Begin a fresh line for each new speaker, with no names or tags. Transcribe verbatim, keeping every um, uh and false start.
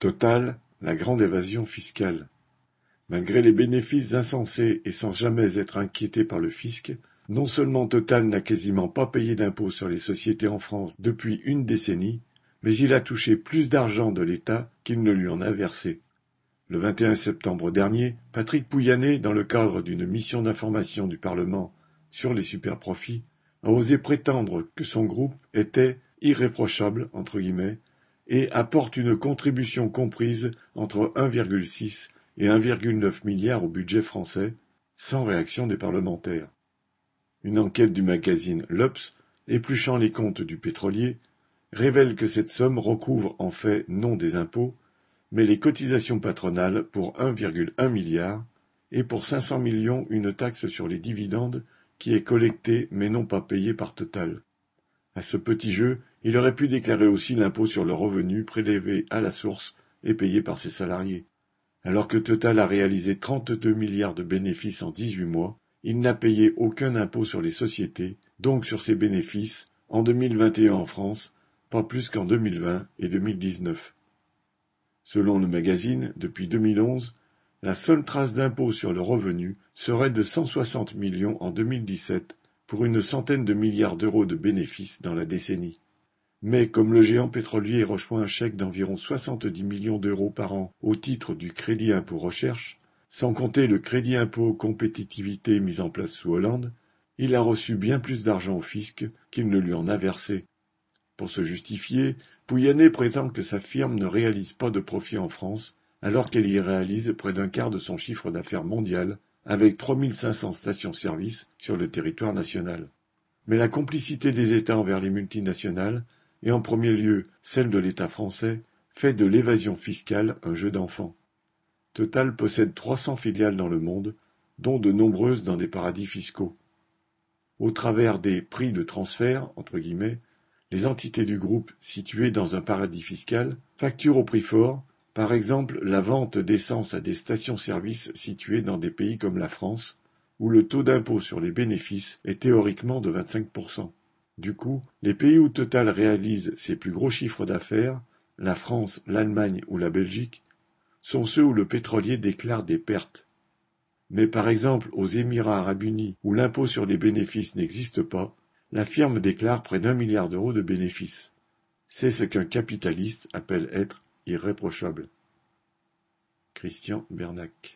Total, la grande évasion fiscale. Malgré les bénéfices insensés et sans jamais être inquiété par le fisc, non seulement Total n'a quasiment pas payé d'impôt sur les sociétés en France depuis une décennie, mais il a touché plus d'argent de l'État qu'il ne lui en a versé. Le vingt et un septembre dernier, Patrick Pouyanné, dans le cadre d'une mission d'information du Parlement sur les superprofits, a osé prétendre que son groupe était « irréprochable » entre guillemets, et apporte une contribution comprise entre un virgule six et un virgule neuf milliard au budget français, sans réaction des parlementaires. Une enquête du magazine L'Obs, épluchant les comptes du pétrolier, révèle que cette somme recouvre en fait non des impôts, mais les cotisations patronales pour un virgule un milliard et pour cinq cents millions une taxe sur les dividendes qui est collectée mais non pas payée par Total. À ce petit jeu, il aurait pu déclarer aussi l'impôt sur le revenu prélevé à la source et payé par ses salariés. Alors que Total a réalisé trente-deux milliards de bénéfices en dix-huit mois, il n'a payé aucun impôt sur les sociétés, donc sur ses bénéfices, en deux mille vingt et un en France, pas plus qu'en deux mille vingt et deux mille dix-neuf. Selon le magazine, depuis deux mille onze, la seule trace d'impôt sur le revenu serait de cent soixante millions en deux mille dix-sept, pour une centaine de milliards d'euros de bénéfices dans la décennie. Mais comme le géant pétrolier reçoit un chèque d'environ soixante-dix millions d'euros par an au titre du crédit impôt recherche, sans compter le crédit impôt compétitivité mis en place sous Hollande, il a reçu bien plus d'argent au fisc qu'il ne lui en a versé. Pour se justifier, Pouyanné prétend que sa firme ne réalise pas de profit en France, alors qu'elle y réalise près d'un quart de son chiffre d'affaires mondial, avec trois mille cinq cents stations-service sur le territoire national. Mais la complicité des États envers les multinationales, et en premier lieu celle de l'État français, fait de l'évasion fiscale un jeu d'enfant. Total possède trois cents filiales dans le monde, dont de nombreuses dans des paradis fiscaux. Au travers des « prix de transfert », entre guillemets, les entités du groupe situées dans un paradis fiscal facturent au prix fort, par exemple la vente d'essence à des stations-service situées dans des pays comme la France, où le taux d'impôt sur les bénéfices est théoriquement de vingt-cinq pour cent. Du coup, les pays où Total réalise ses plus gros chiffres d'affaires, la France, l'Allemagne ou la Belgique, sont ceux où le pétrolier déclare des pertes. Mais par exemple aux Émirats arabes unis, où l'impôt sur les bénéfices n'existe pas, la firme déclare près d'un milliard d'euros de bénéfices. C'est ce qu'un capitaliste appelle être irréprochable. Christian Bernac.